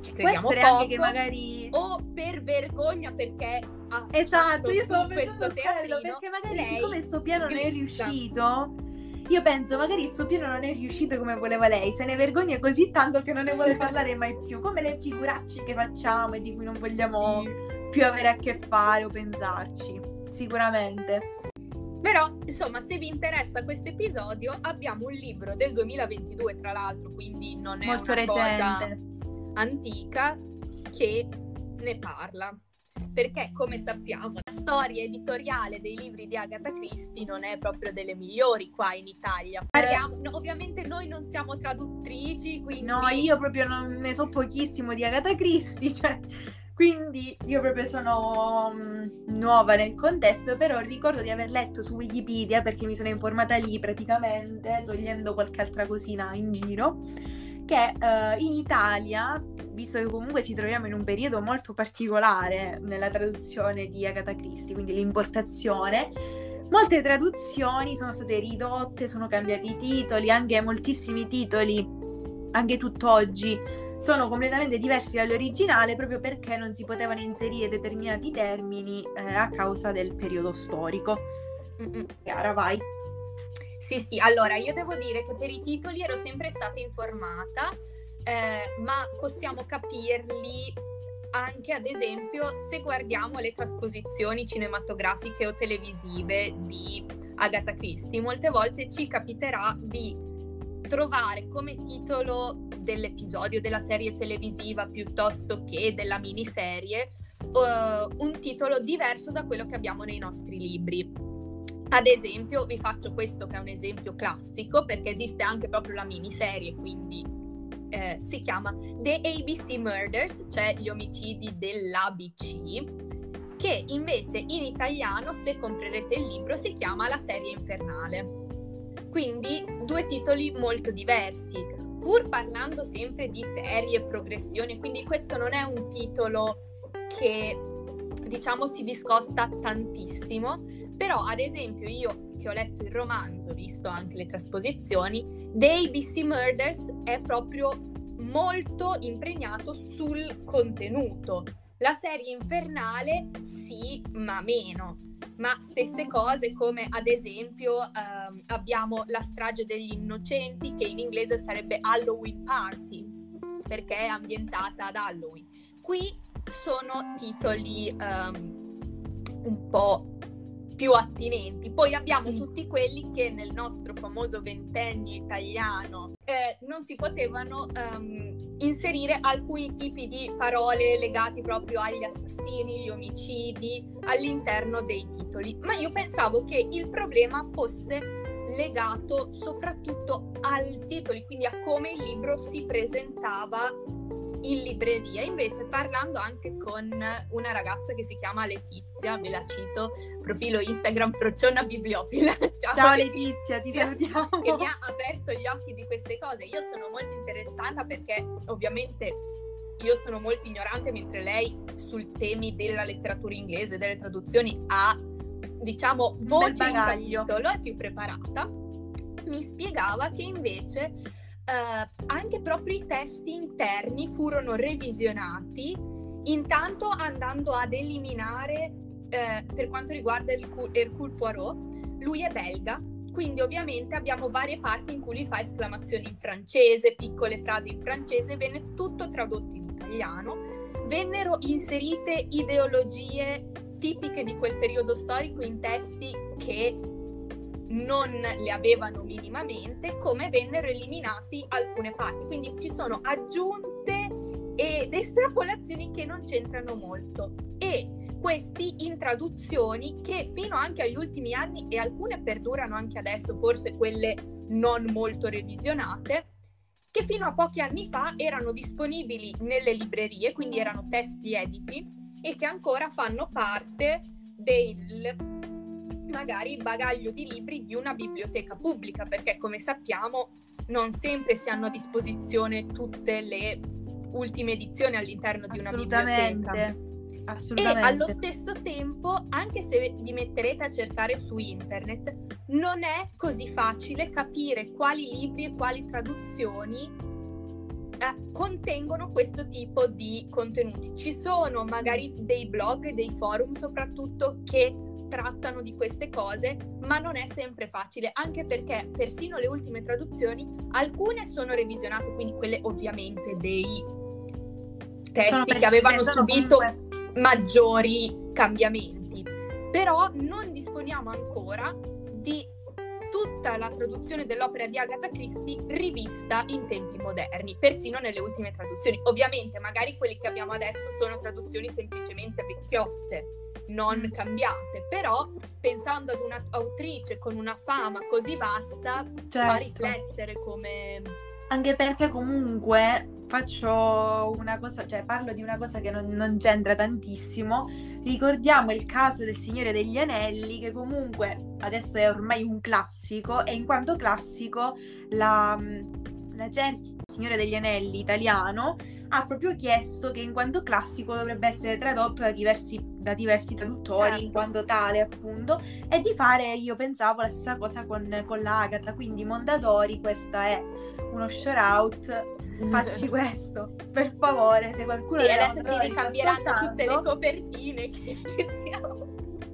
ci Può crediamo essere poco, anche che magari... o per vergogna perché ha Esatto, fatto io su stavo questo pensando a quello, teatrino, perché magari lei siccome il suo piano non è glissa. riuscito, io penso magari il suo piano non è riuscito come voleva lei, se ne vergogna così tanto che non ne vuole parlare mai più, come le figuracce che facciamo e di cui non vogliamo più avere a che fare o pensarci, sicuramente. Però, insomma, se vi interessa questo episodio, abbiamo un libro del 2022, tra l'altro, quindi non è Molto una cosa recente. antica, che ne parla. Perché, come sappiamo, la storia editoriale dei libri di Agatha Christie non è proprio delle migliori qua in Italia. Ovviamente noi non siamo traduttrici, quindi... No, io proprio non ne so pochissimo di Agatha Christie, cioè... Quindi io proprio sono nuova nel contesto, però ricordo di aver letto su Wikipedia, perché mi sono informata lì praticamente, togliendo qualche altra cosina in giro, che in Italia, visto che comunque ci troviamo in un periodo molto particolare nella traduzione di Agatha Christie, quindi l'importazione, molte traduzioni sono state ridotte, sono cambiati i titoli, anche moltissimi titoli, anche tutt'oggi, sono completamente diversi dall'originale proprio perché non si potevano inserire determinati termini a causa del periodo storico. Chiara, vai. Sì, allora io devo dire che per i titoli ero sempre stata informata, ma possiamo capirli anche, ad esempio, se guardiamo le trasposizioni cinematografiche o televisive di Agatha Christie. Molte volte ci capiterà di trovare come titolo dell'episodio della serie televisiva piuttosto che della miniserie un titolo diverso da quello che abbiamo nei nostri libri. Ad esempio, vi faccio questo che è un esempio classico, perché esiste anche proprio la miniserie, quindi si chiama The ABC Murders, cioè gli omicidi dell'ABC, che invece in italiano, se comprerete il libro, si chiama La serie infernale. Quindi due titoli molto diversi, pur parlando sempre di serie e progressione, quindi questo non è un titolo che, diciamo, si discosta tantissimo, però ad esempio io che ho letto il romanzo, visto anche le trasposizioni, The ABC Murders è proprio molto impregnato sul contenuto. La serie infernale sì, ma meno. Ma stesse cose come ad esempio abbiamo La strage degli innocenti, che in inglese sarebbe Halloween Party, perché è ambientata ad Halloween. Qui sono titoli un po' più attinenti. Poi abbiamo tutti quelli che nel nostro famoso ventennio italiano non si potevano inserire alcuni tipi di parole legati proprio agli assassini, gli omicidi all'interno dei titoli. Ma io pensavo che il problema fosse legato soprattutto ai titoli, quindi a come il libro si presentava in libreria. Invece, parlando anche con una ragazza che si chiama Letizia, ve la cito, profilo Instagram Prociona Bibliofila. Ciao Letizia, ti salutiamo. Che mi ha aperto gli occhi di queste cose. Io sono molto interessata perché ovviamente io sono molto ignorante, mentre lei sul temi della letteratura inglese, delle traduzioni, ha, diciamo, voce in capitolo, è più preparata. Mi spiegava che invece anche proprio i testi interni furono revisionati, intanto andando ad eliminare, per quanto riguarda Hercule Poirot, lui è belga, quindi ovviamente abbiamo varie parti in cui lui fa esclamazioni in francese, piccole frasi in francese, venne tutto tradotto in italiano, vennero inserite ideologie tipiche di quel periodo storico in testi che non le avevano minimamente, come vennero eliminati alcune parti, quindi ci sono aggiunte ed estrapolazioni che non c'entrano molto, e questi in traduzioni che fino anche agli ultimi anni, e alcune perdurano anche adesso, forse quelle non molto revisionate, che fino a pochi anni fa erano disponibili nelle librerie, quindi erano testi editi, e che ancora fanno parte del magari bagaglio di libri di una biblioteca pubblica, perché come sappiamo non sempre si hanno a disposizione tutte le ultime edizioni all'interno di una biblioteca. Assolutamente. E allo stesso tempo, anche se vi metterete a cercare su internet, non è così facile capire quali libri e quali traduzioni contengono questo tipo di contenuti. Ci sono magari dei blog, dei forum soprattutto, che trattano di queste cose, ma non è sempre facile, anche perché persino le ultime traduzioni, alcune sono revisionate, quindi quelle ovviamente dei testi che avevano subito maggiori cambiamenti, però non disponiamo ancora di tutta la traduzione dell'opera di Agatha Christie rivista in tempi moderni, persino nelle ultime traduzioni. Ovviamente magari quelli che abbiamo adesso sono traduzioni semplicemente vecchiotte, non cambiate, però pensando ad un'autrice con una fama così vasta, fa riflettere come... Anche perché comunque faccio una cosa, cioè parlo di una cosa che non c'entra tantissimo. Ricordiamo il caso del Signore degli Anelli, che comunque adesso è ormai un classico, e in quanto classico la cerchia Signore degli Anelli italiano ha proprio chiesto che in quanto classico dovrebbe essere tradotto da diversi traduttori, in quanto tale appunto, e di fare, io pensavo, la stessa cosa con la Agatha. Quindi Mondadori, questo è uno shout out, facci questo per favore, se qualcuno adesso ci ricambieranno tutte le copertine che stiamo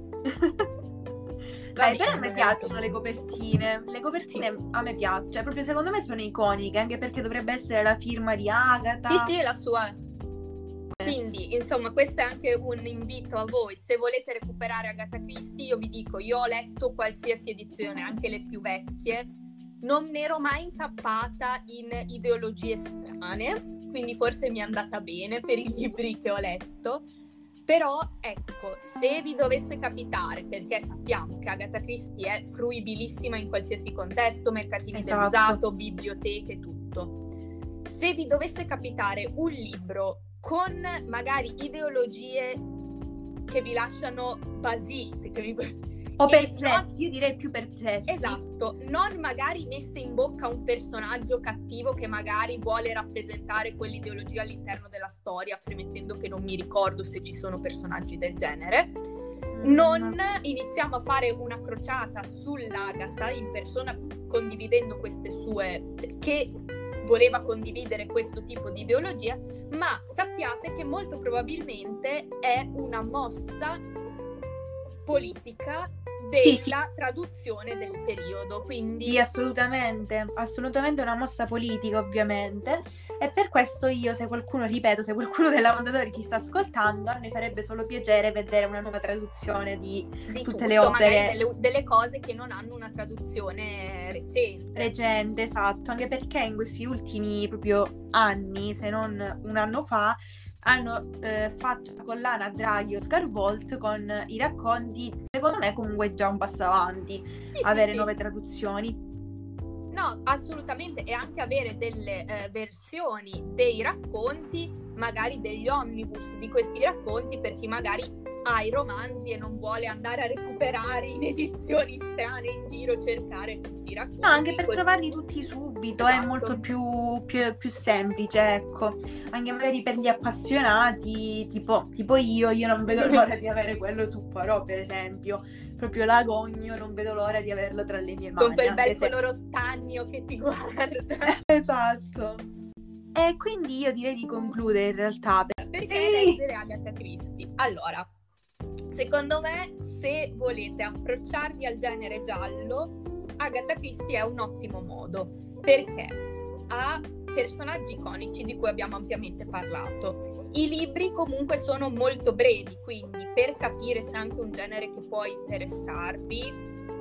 però a me piacciono le copertine a me piacciono, cioè proprio secondo me sono iconiche, anche perché dovrebbe essere la firma di Agatha. Sì, è la sua. Quindi, insomma, questo è anche un invito a voi. Se volete recuperare Agatha Christie, io vi dico, io ho letto qualsiasi edizione, anche le più vecchie, non ne ero mai incappata in ideologie strane, quindi forse mi è andata bene per i libri che ho letto. Però, ecco, se vi dovesse capitare, perché sappiamo che Agatha Christie è fruibilissima in qualsiasi contesto, mercatini dell'usato, biblioteche, tutto. Se vi dovesse capitare un libro con magari ideologie che vi lasciano basiti, o perplessi, io direi più perplessi. Esatto, non magari messe in bocca a un personaggio cattivo che magari vuole rappresentare quell'ideologia all'interno della storia, premettendo che non mi ricordo se ci sono personaggi del genere. Non iniziamo a fare una crociata sull'Agatha in persona, condividendo queste sue, che voleva condividere questo tipo di ideologia, ma sappiate che molto probabilmente è una mossa politica della traduzione del periodo, quindi... Sì, assolutamente una mossa politica, ovviamente, e per questo io, se qualcuno della Mondadori ci sta ascoltando, a me farebbe solo piacere vedere una nuova traduzione di tutte tutto, le opere, magari delle cose che non hanno una traduzione recente, esatto, anche perché in questi ultimi proprio anni, se non un anno fa, hanno fatto la collana a Draghi Oscar Volt con i racconti. Secondo me comunque è già un passo avanti avere nuove traduzioni. No, assolutamente, e anche avere delle versioni dei racconti, magari degli omnibus di questi racconti, per chi magari ha i romanzi e non vuole andare a recuperare in edizioni strane in giro, cercare tutti i racconti. No, anche per trovarli tutti subito, esatto. È molto più semplice, ecco. Anche magari per gli appassionati, tipo io non vedo l'ora di avere quello su Poirot, per esempio. Proprio l'agogno, non vedo l'ora di averlo tra le mie mani. Con quel bel color ottagno che ti guarda. Esatto. E quindi io direi di concludere in realtà. Perché leggere Agatha Christie? Allora, secondo me, se volete approcciarvi al genere giallo, Agatha Christie è un ottimo modo, perché ha personaggi iconici di cui abbiamo ampiamente parlato. I libri comunque sono molto brevi, quindi per capire se è anche un genere che può interessarvi,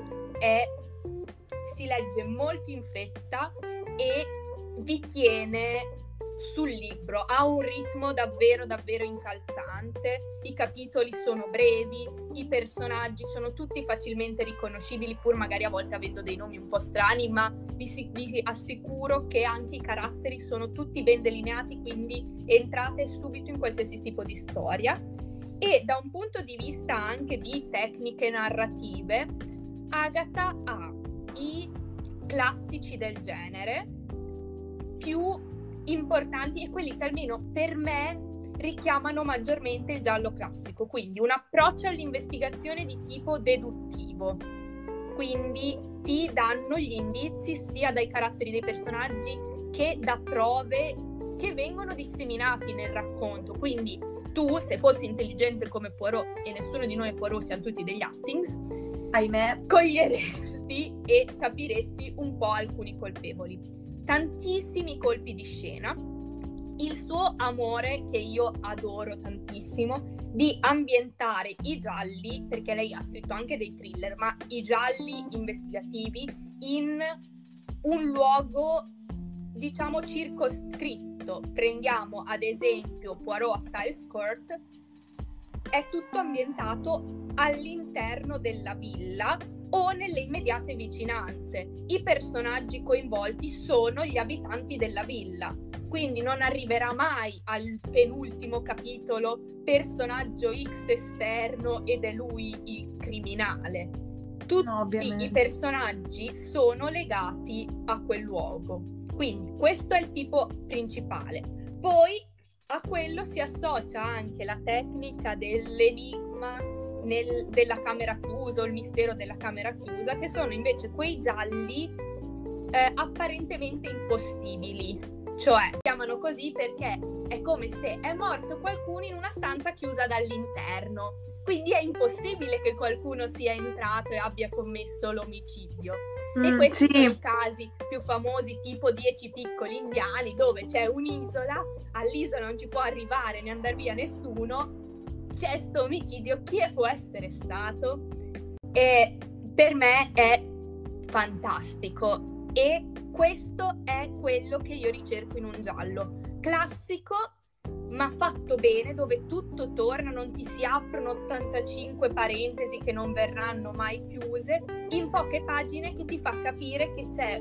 si legge molto in fretta e vi tiene sul libro, ha un ritmo davvero davvero incalzante, i capitoli sono brevi, i personaggi sono tutti facilmente riconoscibili, pur magari a volte avendo dei nomi un po' strani, ma vi assicuro che anche i caratteri sono tutti ben delineati, quindi entrate subito in qualsiasi tipo di storia. E da un punto di vista anche di tecniche narrative, Agatha ha i classici del genere più importanti e quelli che almeno per me richiamano maggiormente il giallo classico, quindi un approccio all'investigazione di tipo deduttivo, quindi ti danno gli indizi sia dai caratteri dei personaggi che da prove che vengono disseminati nel racconto. Quindi tu, se fossi intelligente come Poirot, e nessuno di noi è Poirot, siamo tutti degli Hastings, ahimè, coglieresti e capiresti un po' alcuni colpevoli. Tantissimi colpi di scena, il suo amore, che io adoro tantissimo, di ambientare i gialli, perché lei ha scritto anche dei thriller, ma i gialli investigativi in un luogo, diciamo, circoscritto. Prendiamo ad esempio Poirot a Styles Court, è tutto ambientato all'interno della villa o nelle immediate vicinanze. I personaggi coinvolti sono gli abitanti della villa, quindi non arriverà mai al penultimo capitolo personaggio X esterno ed è lui il criminale. Tutti i personaggi sono legati a quel luogo, quindi questo è il tipo principale. Poi a quello si associa anche la tecnica dell'enigma della camera chiusa, o il mistero della camera chiusa, che sono invece quei gialli apparentemente impossibili, cioè si chiamano così perché è come se è morto qualcuno in una stanza chiusa dall'interno, quindi è impossibile che qualcuno sia entrato e abbia commesso l'omicidio. E questi sono i casi più famosi, tipo 10 piccoli indiani, dove c'è un'isola, all'isola non ci può arrivare né andare via nessuno, c'è sto omicidio, chi può essere stato? E per me è fantastico, e questo è quello che io ricerco in un giallo classico ma fatto bene, dove tutto torna, non ti si aprono 85 parentesi che non verranno mai chiuse, in poche pagine, che ti fa capire che c'è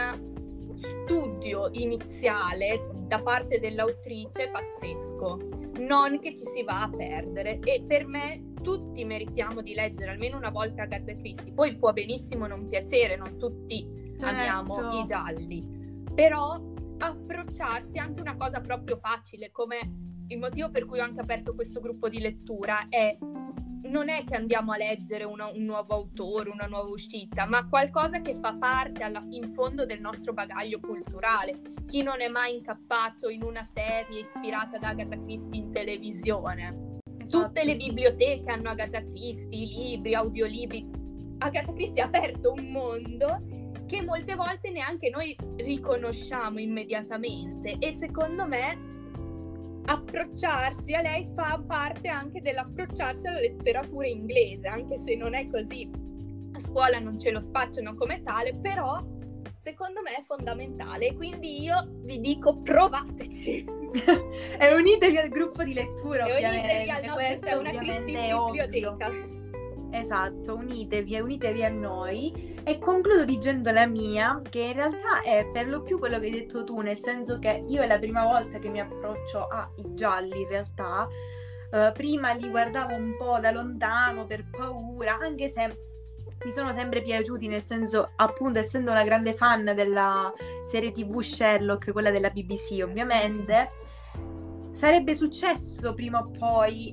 un studio iniziale da parte dell'autrice pazzesco, non che ci si va a perdere. E per me tutti meritiamo di leggere almeno una volta Agatha Christie. Poi può benissimo non piacere, non tutti amiamo i gialli, però approcciarsi anche una cosa proprio facile, come il motivo per cui ho anche aperto questo gruppo di lettura non è che andiamo a leggere un nuovo autore, una nuova uscita, ma qualcosa che fa parte in fondo del nostro bagaglio culturale. Chi non è mai incappato in una serie ispirata ad Agatha Christie in televisione? Esatto. Tutte le biblioteche hanno Agatha Christie, libri, audiolibri. Agatha Christie ha aperto un mondo che molte volte neanche noi riconosciamo immediatamente, e secondo me approcciarsi a lei fa parte anche dell'approcciarsi alla letteratura inglese, anche se non è così, a scuola non ce lo spacciano come tale, però secondo me è fondamentale, quindi io vi dico provateci. E unitevi al gruppo di lettura, ovviamente. Unitevi al nostro, c'è una Christie biblioteca. Esatto, unitevi a noi. E concludo dicendo la mia, che in realtà è per lo più quello che hai detto tu, nel senso che io è la prima volta che mi approccio ai gialli, in realtà. Prima li guardavo un po' da lontano per paura, anche se mi sono sempre piaciuti, nel senso, appunto, essendo una grande fan della serie TV Sherlock, quella della BBC ovviamente, sarebbe successo prima o poi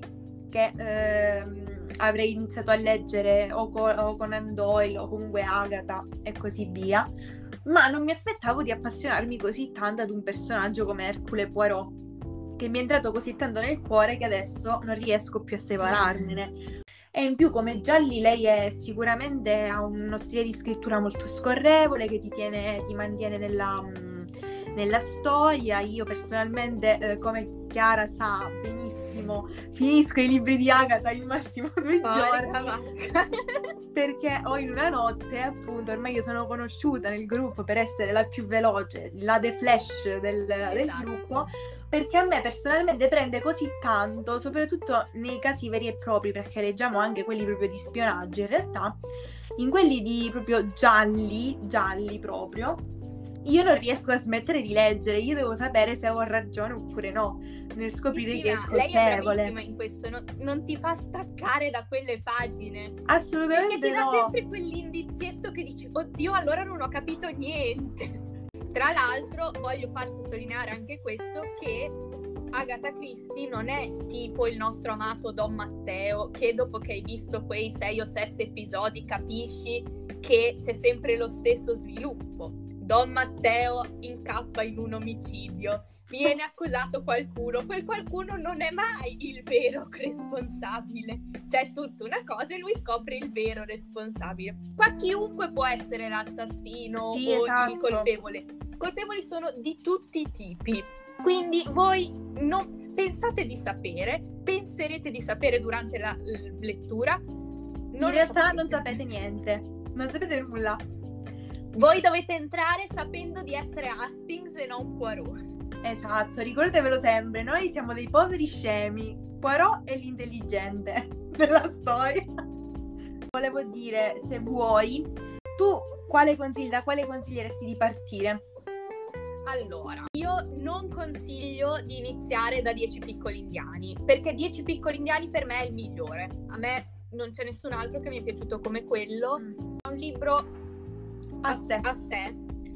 che avrei iniziato a leggere o Conan Doyle o comunque Agatha e così via, ma non mi aspettavo di appassionarmi così tanto ad un personaggio come Hercule Poirot, che mi è entrato così tanto nel cuore che adesso non riesco più a separarmene. E in più, come gialli, lei è sicuramente, ha uno stile di scrittura molto scorrevole che ti mantiene nella storia. Io personalmente, come Chiara sa benissimo, finisco i libri di Agatha in massimo 2 giorni perché o in una notte, appunto, ormai io sono conosciuta nel gruppo per essere la più veloce, la The Flash del gruppo, perché a me personalmente prende così tanto, soprattutto nei casi veri e propri, perché leggiamo anche quelli proprio di spionaggio in realtà, in quelli di proprio gialli proprio, io non riesco a smettere di leggere, io devo sapere se ho ragione oppure no, nel scoprire che è colpevole. Lei è bravissima in questo, non ti fa staccare da quelle pagine. Assolutamente. Perché ti dà sempre quell'indizietto che dici, oddio, allora non ho capito niente. Tra l'altro voglio far sottolineare anche questo, che Agatha Christie non è tipo il nostro amato Don Matteo, che dopo che hai visto quei 6 o 7 episodi capisci che c'è sempre lo stesso sviluppo. Don Matteo incappa in un omicidio, viene accusato qualcuno, quel qualcuno non è mai il vero responsabile, c'è tutta una cosa e lui scopre il vero responsabile. Qua chiunque può essere l'assassino Sì, o esatto. il colpevole. Colpevoli sono di tutti i tipi, quindi voi non pensate di sapere, penserete di sapere durante la lettura. In realtà non sapete niente, non sapete nulla. Voi dovete entrare sapendo di essere Hastings e non Poirot. Esatto, ricordatevelo sempre, noi siamo dei poveri scemi, Poirot è l'intelligente della storia. Volevo dire, se vuoi, tu da quale consiglieresti di partire? Allora, io non consiglio di iniziare da 10 piccoli indiani, perché 10 piccoli indiani per me è il migliore. A me non c'è nessun altro che mi è piaciuto come quello. È un libro a sé,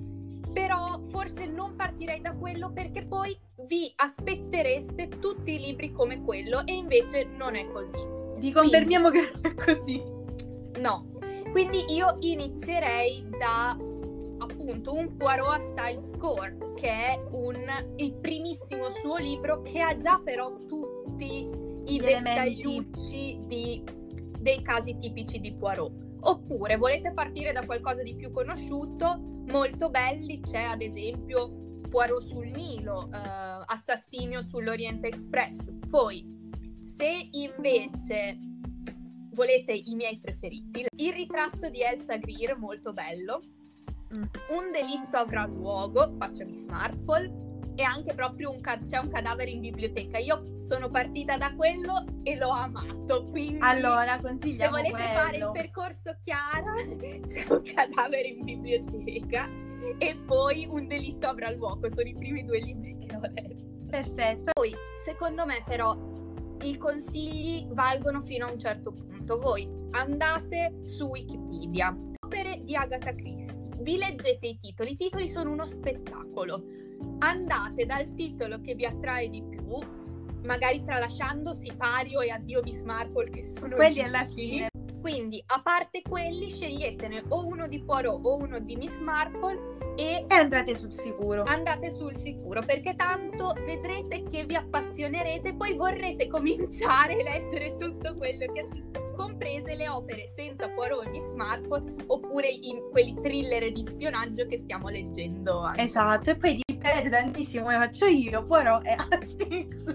però forse non partirei da quello perché poi vi aspettereste tutti i libri come quello e invece non è così. Vi confermiamo che non è così. No, quindi io inizierei da appunto un Poirot a Style Scored, che è il primissimo suo libro che ha già però tutti i dettagliucci dei casi tipici di Poirot. Oppure volete partire da qualcosa di più conosciuto, molto belli, c'è ad esempio Poirot sul Nilo, Assassinio sull'Oriente Express. Poi, se invece volete i miei preferiti, Il ritratto di Elsa Greer, molto bello, Un delitto avrà luogo, faccia Miss Marple, e anche proprio c'è un cadavere in biblioteca. Io sono partita da quello e l'ho amato, quindi allora consigliamo se volete quello. fare il percorso Chiara c'è un cadavere in biblioteca e poi Un delitto avrà luogo, sono i primi 2 libri che ho letto. Perfetto. Poi secondo me però i consigli valgono fino a un certo punto. Voi andate su Wikipedia, opere di Agatha Christie, vi leggete i titoli sono uno spettacolo, andate dal titolo che vi attrae di più, magari tralasciando Sipario e Addio Miss Marple, che sono quelli gli alla ultimi. fine. Quindi a parte quelli sceglietene o uno di Poirot o uno di Miss Marple e andate sul sicuro. Andate sul sicuro, perché tanto vedrete che vi appassionerete, poi vorrete cominciare a leggere tutto quello che ha scritto, comprese le opere senza Poirot e Miss Marple, oppure quelli thriller di spionaggio che stiamo leggendo anche. Esatto, e poi dipende tantissimo come faccio io, Poirot e Hastings.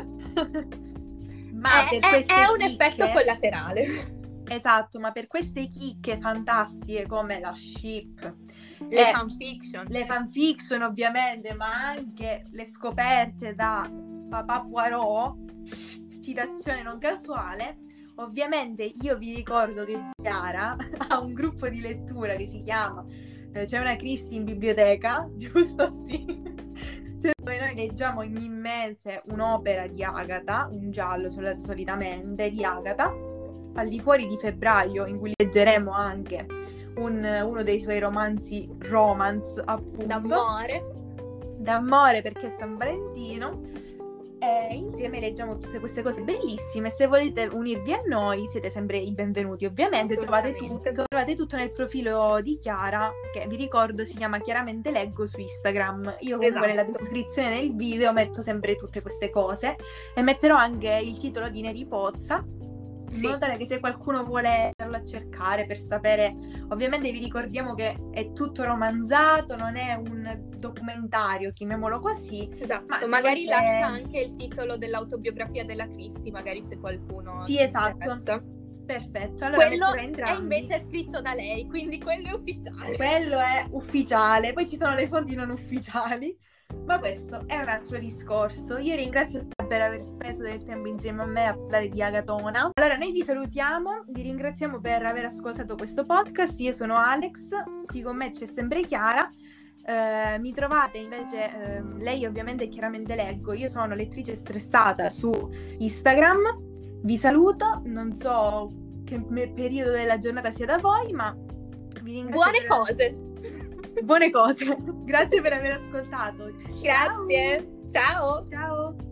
Ma è un effetto collaterale. Esatto, ma per queste chicche fantastiche come la ship, le fanfiction ovviamente, ma anche le scoperte da papà Poirot, citazione non casuale, ovviamente io vi ricordo che Chiara ha un gruppo di lettura che si chiama C'è una Christie in biblioteca, giusto? Sì. Cioè, dove noi leggiamo ogni mese un'opera di Agatha, un giallo solitamente di Agatha, al di fuori di febbraio, in cui leggeremo anche uno dei suoi romance appunto d'amore perché è San Valentino, e insieme leggiamo tutte queste cose bellissime. Se volete unirvi a noi siete sempre i benvenuti, ovviamente. Trovate tutto nel profilo di Chiara, che vi ricordo si chiama Chiaramente Leggo su Instagram. Io comunque nella descrizione del video metto sempre tutte queste cose e metterò anche il titolo di Neri Pozza, in modo tale che se qualcuno vuole andarlo a cercare per sapere, ovviamente vi ricordiamo che è tutto romanzato, non è un documentario, chiamiamolo così. Esatto, ma magari lascia anche il titolo dell'autobiografia della Christie, magari se qualcuno si interessa. Perfetto, allora quello è invece scritto da lei, quindi quello è ufficiale. Quello è ufficiale, poi ci sono le fonti non ufficiali, ma questo è un altro discorso. Io ringrazio per aver speso del tempo insieme a me a parlare di Agatona. Allora noi vi salutiamo, vi ringraziamo per aver ascoltato questo podcast. Io sono Alex, qui con me c'è sempre Chiara. Mi trovate invece, lei ovviamente Chiaramente Leggo, io sono lettrice stressata su Instagram. Vi saluto, non so che periodo della giornata sia da voi, ma vi ringrazio. Buone cose. Grazie per aver ascoltato. Grazie. Ciao. Ciao.